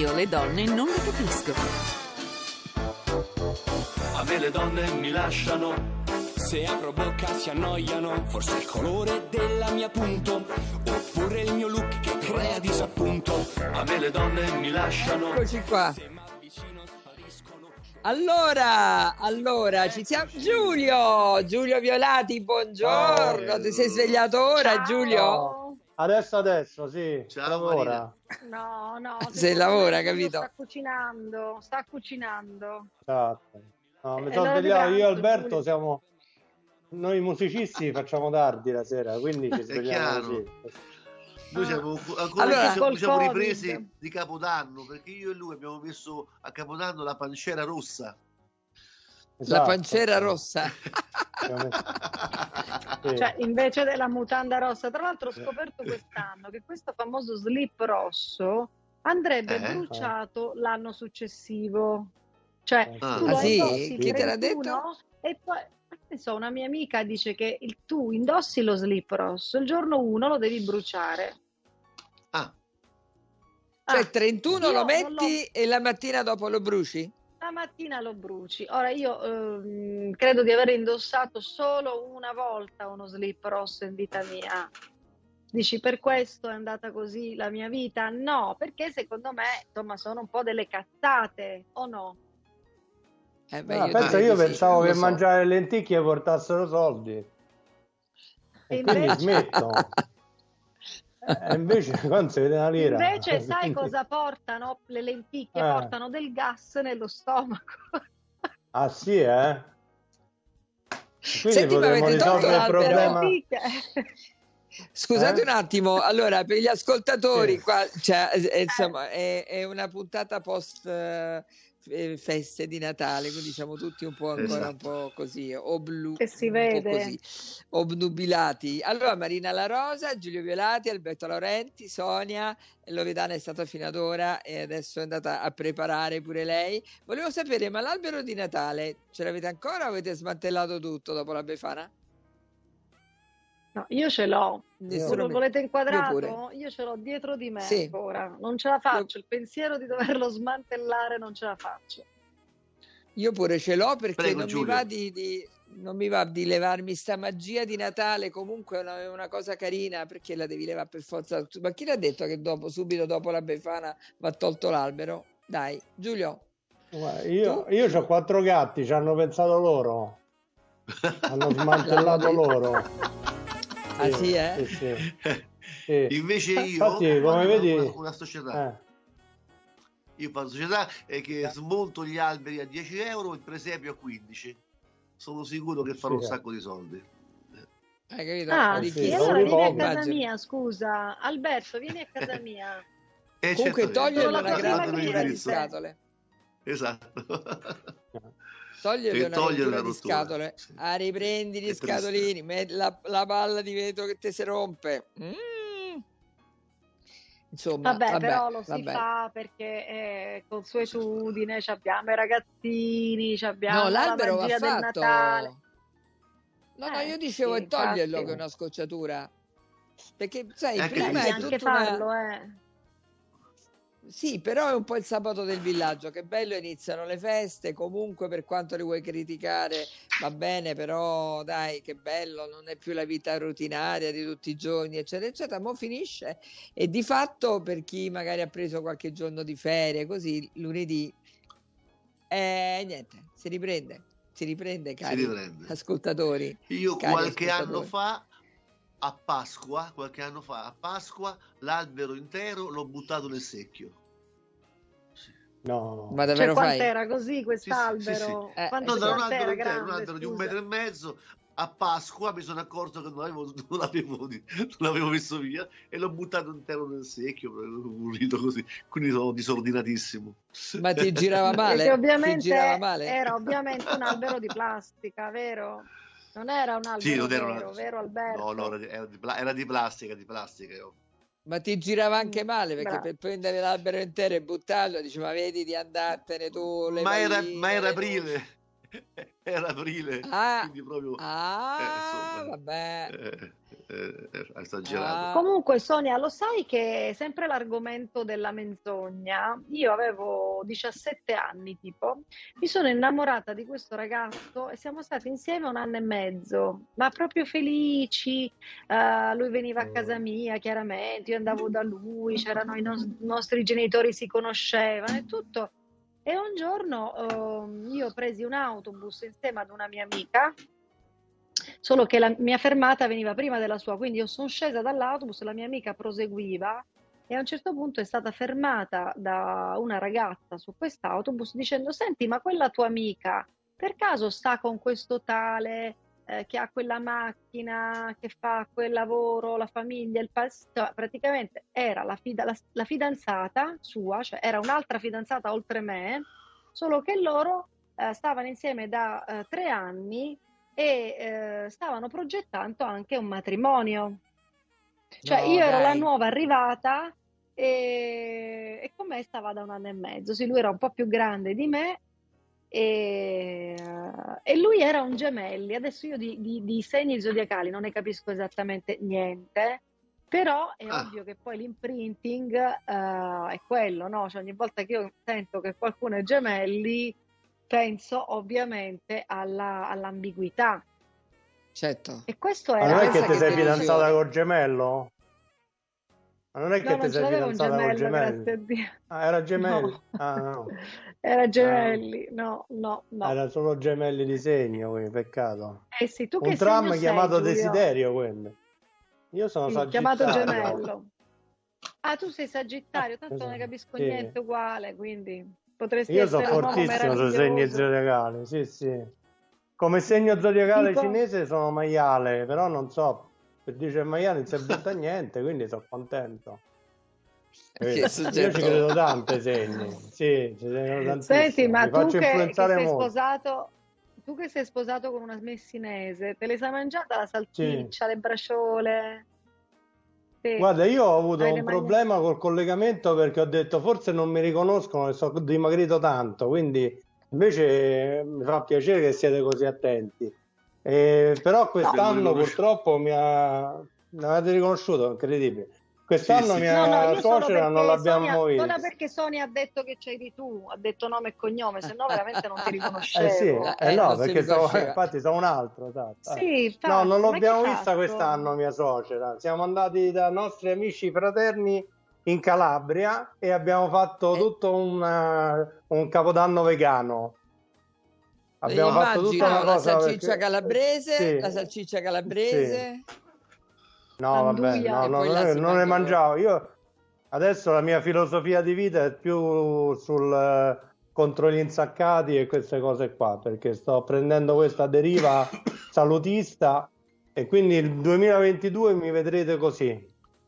Io le donne non le capisco. A me le donne mi lasciano. Se apro bocca si annoiano. Forse il colore della mia punto, oppure il mio look che crea disappunto. A me le donne mi lasciano. Eccoci qua. Allora, ci siamo. Giulio Violati, buongiorno. Ti sei svegliato ora, Ciao. Giulio? Adesso, sì. Ciao, Ora. No. Se lavora, capito? Sta cucinando. Esatto. No, mi È sono l'ora di svegliato io e pranzo, Alberto, Giulio. siamo... Noi musicisti facciamo tardi la sera, quindi ci svegliamo chiaro. così. Noi siamo ancora Allora, ci siamo col ripresi Covid. di Capodanno, perché io e lui abbiamo messo a Capodanno la pancera rossa. La Esatto. pancera rossa. Sì. Cioè, invece della mutanda rossa. Tra l'altro ho scoperto quest'anno che questo famoso slip rosso andrebbe bruciato l'anno successivo. Cioè, tu lo sì? indossi il Chi te l'ha 31 detto? e poi, ne so, una mia amica dice che tu indossi lo slip rosso, il giorno 1 lo devi bruciare. Cioè 31 io lo non metti e la mattina dopo lo bruci? La mattina lo bruci. Ora io credo di aver indossato solo una volta uno slip rosso in vita mia. Dici, per questo è andata così la mia vita? No, perché secondo me, insomma, sono un po' delle cazzate, o no? Pensa, io pensavo che non lo so. mangiare lenticchie portassero soldi. E quindi invece- smetto. E invece quando si vede una lira. Invece sai Quindi- cosa portano? Le lenticchie portano del gas nello stomaco. Ah sì, eh? Quindi Senti, ma potremmo avete tolto risolvere il l'albero? problema. Lenticchie. Scusate un attimo, allora per gli ascoltatori Sì. qua, cioè, insomma, è una puntata post feste di Natale, quindi siamo tutti un po' ancora un po' così, Che si un vede. po' così, obnubilati. Allora Marina La Rosa, Giulio Violati, Alberto Laurenti, Sonia Loredana è stata fino ad ora e adesso è andata a preparare pure lei. Volevo sapere, ma l'albero di Natale ce l'avete ancora o avete smantellato tutto dopo la Befana? No, io ce l'ho. Nessuno Lo mi- volete Io inquadrato? pure. Io ce l'ho dietro di me Sì. ancora. Non ce la faccio. Il pensiero di doverlo smantellare non ce la faccio. Io pure ce l'ho perché Prego, non mi Giulio. va non mi va di levarmi sta magia di Natale, comunque è una cosa carina perché la devi levare per forza. Ma chi l'ha detto che subito dopo la Befana va tolto l'albero? Dai, Giulio. Guarda, io ho 4 gatti, ci hanno pensato loro. Hanno smantellato loro. Ah sì, eh? Sì. Sì. Invece io Infatti, come vedi, una società. Io faccio società che smonto gli alberi a 10 euro e il presepio a 15. Sono sicuro che farò un sacco di soldi. Hai capito? Ah, sì, e sì, allora sono vieni a pochi. casa Immagino. mia, scusa. Alberto, vieni a casa mia. Comunque certamente. togliergli Sono la una tua gran prima rottura di cliente. scatole. Esatto. Togliergli Per una togliere rottura la di rottura, scatole. sì. Riprendi gli È triste. scatolini, metti la palla di vetro che ti si rompe. Insomma, Vabbè, però lo si vabbè. fa perché consuetudine, ci abbiamo i ragazzini, ci abbiamo No, la l'albero va magia del fatto. Natale. No, io dicevo sì, è toglierlo infatti. che è una scocciatura. Perché, sai, Anche prima Devi è anche tutta una... farlo, Sì, però è un po' il sabato del villaggio, che bello, iniziano le feste, comunque per quanto li vuoi criticare va bene, però dai, che bello, non è più la vita rutinaria di tutti i giorni, eccetera, eccetera, mo finisce e di fatto per chi magari ha preso qualche giorno di ferie, così lunedì, niente, si riprende, Si cari riprende. ascoltatori. Io cari qualche ascoltatori. anno fa a Pasqua l'albero intero l'ho buttato nel secchio. No. Ma Cioè, davvero fai? quant'era così quest'albero? Sì. Quanto No, da un quant'era albero intero, un grande, albero di 1,5 scusa? metri. A Pasqua mi sono accorto che non l'avevo messo via e l'ho buttato intero nel secchio, pulito così. Quindi sono disordinatissimo. Ma ti girava male? Perché ovviamente Ti girava male? era ovviamente un albero di plastica, vero? Non era un albero Sì, non era vero, vero Alberto? No, era di plastica. Ma ti girava anche male perché Bravo. per prendere l'albero intero e buttarlo, dice ma vedi di andartene tu, le Ma era palline, le aprile. era aprile, quindi proprio insomma, vabbè. Esagerato. Comunque Sonia, lo sai che sempre l'argomento della menzogna, io avevo 17 anni tipo, mi sono innamorata di questo ragazzo e siamo stati insieme 1 anno e mezzo, ma proprio felici. Lui veniva a casa mia, chiaramente, io andavo da lui, c'erano i nostri genitori, si conoscevano e tutto. E un giorno io presi un autobus insieme ad una mia amica, solo che la mia fermata veniva prima della sua, quindi io sono scesa dall'autobus, la mia amica proseguiva e a un certo punto è stata fermata da una ragazza su quest'autobus dicendo: senti, ma quella tua amica per caso sta con questo tale che ha quella macchina, che fa quel lavoro, la famiglia, praticamente era la fidanzata sua, cioè era un'altra fidanzata oltre me, solo che loro stavano insieme da 3 anni e stavano progettando anche un matrimonio. Cioè io ero la nuova arrivata e con me stava da 1 anno e mezzo. Sì, lui era un po' più grande di me e lui era un gemelli. Adesso io di segni zodiacali non ne capisco esattamente niente, però è ovvio che poi l'imprinting è quello, no? Cioè ogni volta che io sento che qualcuno è gemelli penso ovviamente all'ambiguità. Certo. E questo Ma era. non è che ti sei fidanzata col gemello? Ma non è che ti sei fidanzata col gemello? Grazie a Dio. Era gemelli? No. No. Era gemelli, no. Era solo gemelli di segno, quindi peccato. Sì, tu un che tram segno chiamato sei, Giulio? Desiderio, quello. Io sono Sagittario. Chiamato gemello. Tu sei Sagittario, tanto non ne capisco sì. niente, uguale, quindi potresti Io essere sono un uomo fortissimo sui segni meraviglioso. zodiacali, sì. Come segno zodiacale Tipo? cinese sono maiale, però non so, per dire maiale non si butta niente, quindi sono contento. Io ci credo tanto ai segni, sì, ci credo tantissimo. Senti, ma mi tu faccio influenzare sei molto. sposato, tu che sei sposato con una messinese, te le sei mangiata la salsiccia, le braciole? Sì. Guarda, io ho avuto Hai un problema col collegamento perché ho detto forse non mi riconoscono e sono dimagrito tanto, quindi invece mi fa piacere che siete così attenti. Però quest'anno purtroppo mi avete riconosciuto, incredibile. Quest'anno mia suocera non l'abbiamo vista. Solo perché Sonia ha detto che c'eri tu, ha detto nome e cognome, se no veramente non ti riconoscevo. No, perché infatti sono un altro. Esatto. Sì, infatti, no, non l'abbiamo vista fatto? Quest'anno mia suocera. Siamo andati da nostri amici fraterni in Calabria e abbiamo fatto tutto un capodanno vegano. Abbiamo fatto tutta una cosa la salsiccia calabrese, la salsiccia calabrese. Sì. No, vabbè, non ne mangiavo. Io adesso la mia filosofia di vita è più contro gli insaccati e queste cose qua, perché sto prendendo questa deriva salutista e quindi il 2022 mi vedrete così,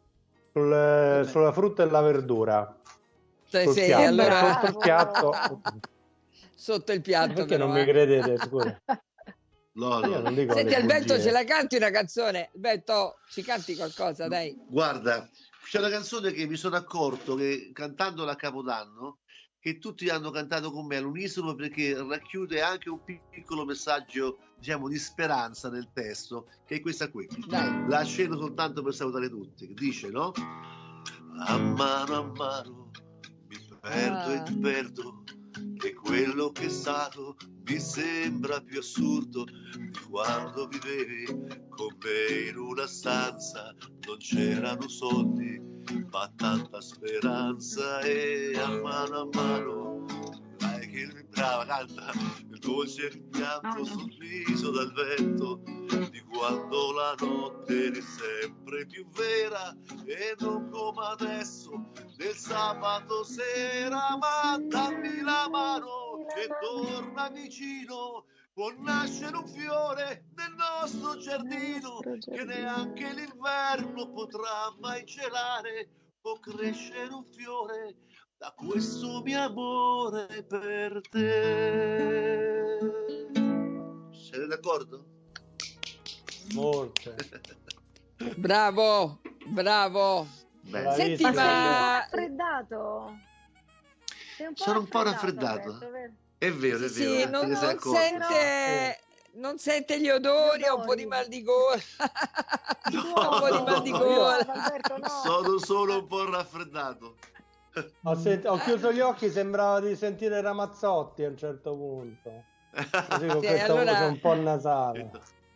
sulla frutta e la verdura. Sul piatto. Sotto il piatto. Perché non mi credete, scusa? No. Non dico. Senti Alberto, ce la canti una canzone? Alberto, ci canti qualcosa, dai. Guarda, c'è una canzone che mi sono accorto che cantandola a Capodanno, che tutti hanno cantato con me all'unisono perché racchiude anche un piccolo messaggio, diciamo, di speranza nel testo, che è questa qui. Dai. La sceno soltanto per salutare tutti, che dice, no? A mano mi perdo e ti perdo, che quello che è stato mi sembra più assurdo di quando vivevi con me in una stanza, non c'erano soldi ma tanta speranza, e a mano dai che brava canta il dolce pianto sul viso dal vento di quando la notte eri sempre più vera e non come adesso del sabato sera, ma dammi la mano e torna vicino, può nascere un fiore nel nostro giardino che neanche l'inverno potrà mai celare, può crescere un fiore da questo mio amore per te. Siete d'accordo? Molto. Bravo. Senti, ma sei un po' raffreddato? Sono un po' raffreddato. È vero, sì, non sente gli odori, ha un po' di mal di gola. Un po' di mal di gola. Alberto, no. Sono solo un po' raffreddato. Ho chiuso gli occhi, sembrava di sentire Ramazzotti a un certo punto. Così con questa voce un po' nasale.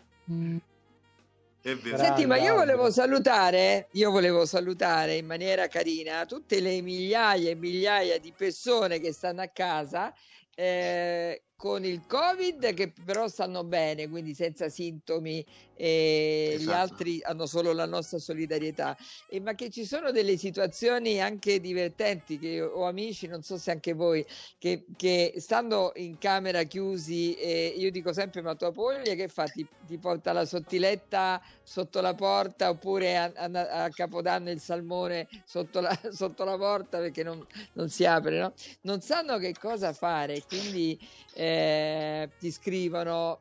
È vero. Senti, ma io volevo salutare in maniera carina tutte le migliaia e migliaia di persone che stanno a casa con il Covid, che però stanno bene, quindi senza sintomi, e Esatto. Gli altri hanno solo la nostra solidarietà, ma che ci sono delle situazioni anche divertenti, che ho amici, non so se anche voi, che stando in camera chiusi, io dico sempre: ma tua moglie che fa? Ti porta la sottiletta sotto la porta, oppure a Capodanno il salmone sotto la porta, perché non si apre, no? Non sanno che cosa fare, quindi ti scrivono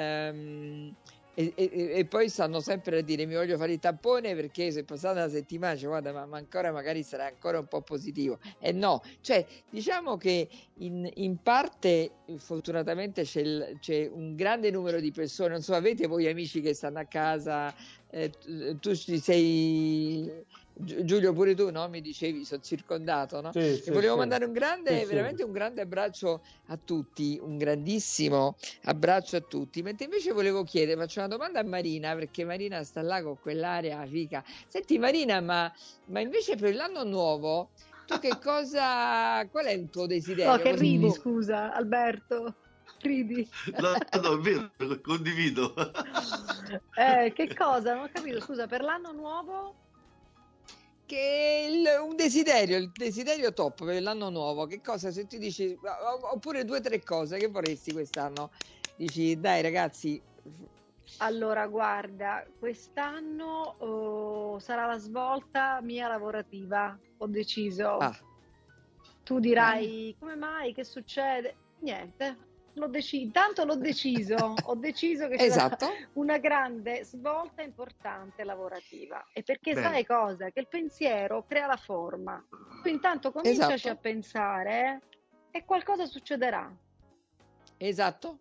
e poi stanno sempre a dire: mi voglio fare il tampone, perché se è passata una settimana, cioè, guarda, ma ancora magari sarà ancora un po' positivo. No, cioè diciamo che in parte fortunatamente c'è un grande numero di persone, non so, avete voi amici che stanno a casa, tu ci sei, Giulio, pure tu, no? Mi dicevi, sono circondato, no? Sì, e volevo sì, mandare veramente un grande abbraccio a tutti, un grandissimo abbraccio a tutti. Mentre invece volevo chiedere, faccio una domanda a Marina, perché Marina sta là con quell'area fica. Senti Marina, ma invece per l'anno nuovo tu qual è il tuo desiderio? No, che ridi, scusa, Alberto. Ridi. No, è vero, condivido. Che cosa? Non ho capito, scusa, per l'anno nuovo? Che un desiderio, il desiderio top per l'anno nuovo, che cosa, se ti dici, oppure 2 o 3 cose che vorresti quest'anno, dici dai ragazzi. Allora guarda, quest'anno sarà la svolta mia lavorativa, ho deciso. Tu dirai come mai, che succede? Niente, intanto l'ho deciso, ho deciso che c'è una grande svolta importante lavorativa, e perché sai cosa? Che il pensiero crea la forma, tu intanto cominciaci a pensare e qualcosa succederà. Esatto.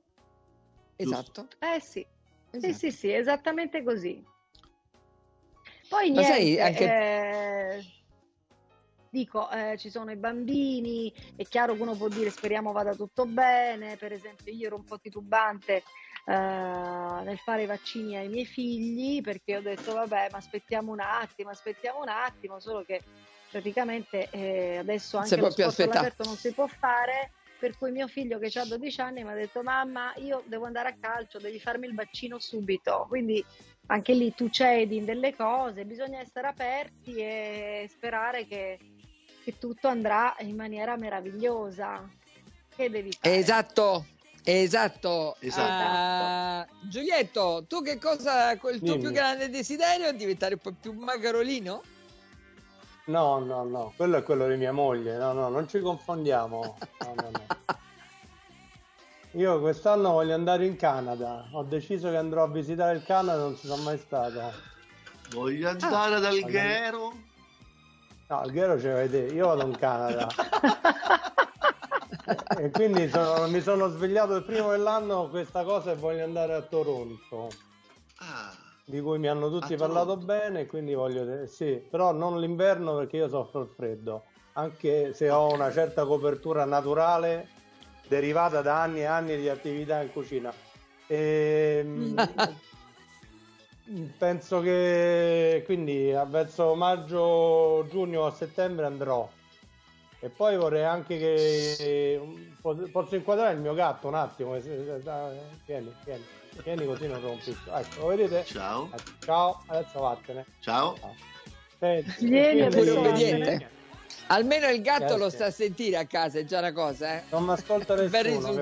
Sì, esattamente così. Poi niente, dico, ci sono i bambini, è chiaro che uno può dire speriamo vada tutto bene. Per esempio io ero un po' titubante nel fare i vaccini ai miei figli, perché ho detto vabbè, ma aspettiamo un attimo, solo che praticamente adesso anche lo sport all'aperto non si può fare, per cui mio figlio che ha 12 anni mi ha detto mamma, io devo andare a calcio, devi farmi il vaccino subito. Quindi anche lì tu cedi in delle cose, bisogna essere aperti e sperare che tutto andrà in maniera meravigliosa. Che devi fare? Esatto. Giulietto, tu che cosa, il tuo più grande desiderio è diventare un po' più magrolino? No, quello è quello di mia moglie, no, non ci confondiamo. No. Io quest'anno voglio andare in Canada, ho deciso che andrò a visitare il Canada, non ci sono mai stato. Voglio andare ad Alghero. No, Alghero ce l'hai te, io vado in Canada. E quindi mi sono svegliato il primo dell'anno questa cosa e voglio andare a Toronto. Di cui mi hanno tutti parlato bene, quindi voglio però non l'inverno, perché io soffro il freddo, anche se ho una certa copertura naturale derivata da anni e anni di attività in cucina. Penso che quindi verso maggio, giugno, a settembre andrò. E poi vorrei anche che posso inquadrare il mio gatto un attimo. Vieni così non rompi. Ecco, lo vedete? Ciao, adesso vattene. Ciao. Vieni pure obbediente. Almeno il gatto lo sta a sentire a casa, è già una cosa, Non mi ascolta nessuno.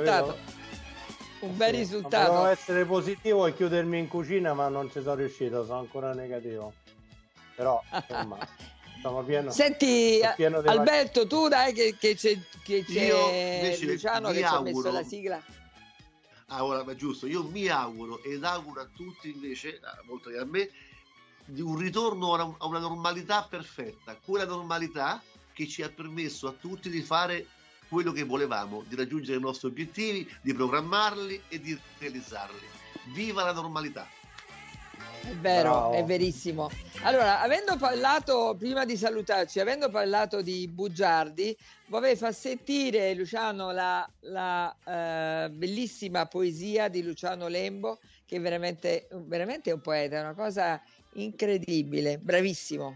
Un bel risultato. Devo essere positivo e chiudermi in cucina, ma non ci sono riuscito, sono ancora negativo. Però, insomma, sono pieno. Senti, pieno Alberto, tu dai che c'è Luciano che ci ha messo la sigla. Ora, ma giusto, io mi auguro ed auguro a tutti invece, oltre che a me, di un ritorno a una normalità perfetta, quella normalità che ci ha permesso a tutti di fare quello che volevamo, di raggiungere i nostri obiettivi, di programmarli e di realizzarli. Viva la normalità! È vero, Bravo. È verissimo. Allora, avendo parlato, prima di salutarci, avendo parlato di bugiardi, vorrei far sentire, Luciano, la bellissima poesia di Luciano Lembo, che è veramente un poeta, è una cosa incredibile, bravissimo.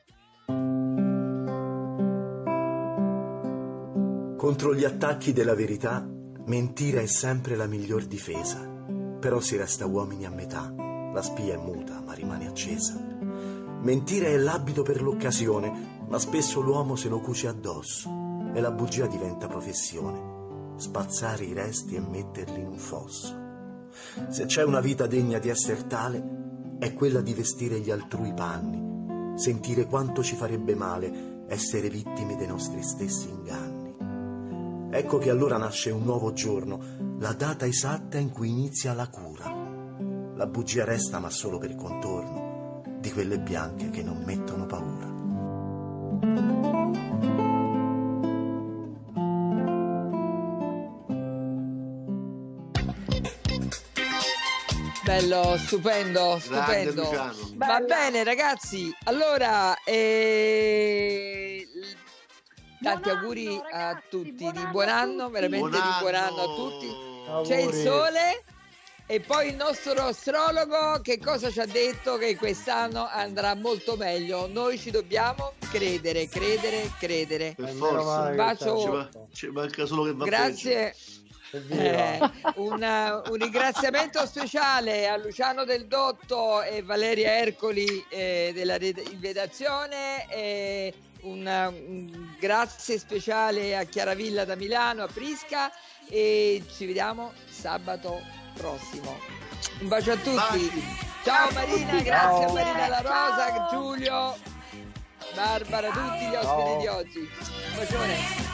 Contro gli attacchi della verità, mentire è sempre la miglior difesa. Però si resta uomini a metà. La spia è muta, ma rimane accesa. Mentire è l'abito per l'occasione, ma spesso l'uomo se lo cuce addosso e la bugia diventa professione. Spazzare i resti e metterli in un fosso. Se c'è una vita degna di essere tale, è quella di vestire gli altrui panni, sentire quanto ci farebbe male essere vittime dei nostri stessi inganni. Ecco che allora nasce un nuovo giorno, la data esatta in cui inizia la cura. La bugia resta ma solo per contorno di quelle bianche che non mettono paura. Bello, stupendo. Luciano. Va bene ragazzi, allora tanti auguri a tutti, di buon anno, veramente di buon anno a tutti. C'è il sole. E poi il nostro astrologo che cosa ci ha detto? Che quest'anno andrà molto meglio. Noi ci dobbiamo credere. Per forza. Un bacio. Ci manca solo che va Grazie. Un ringraziamento speciale a Luciano Del Dotto e Valeria Ercoli della redazione, e un grazie speciale a Chiaravilla da Milano, a Prisca, e ci vediamo sabato prossimo. Un bacio a tutti. Ciao Marina, grazie a Marina La Rosa, Giulio, Barbara, tutti gli ospiti di oggi. Un bacione.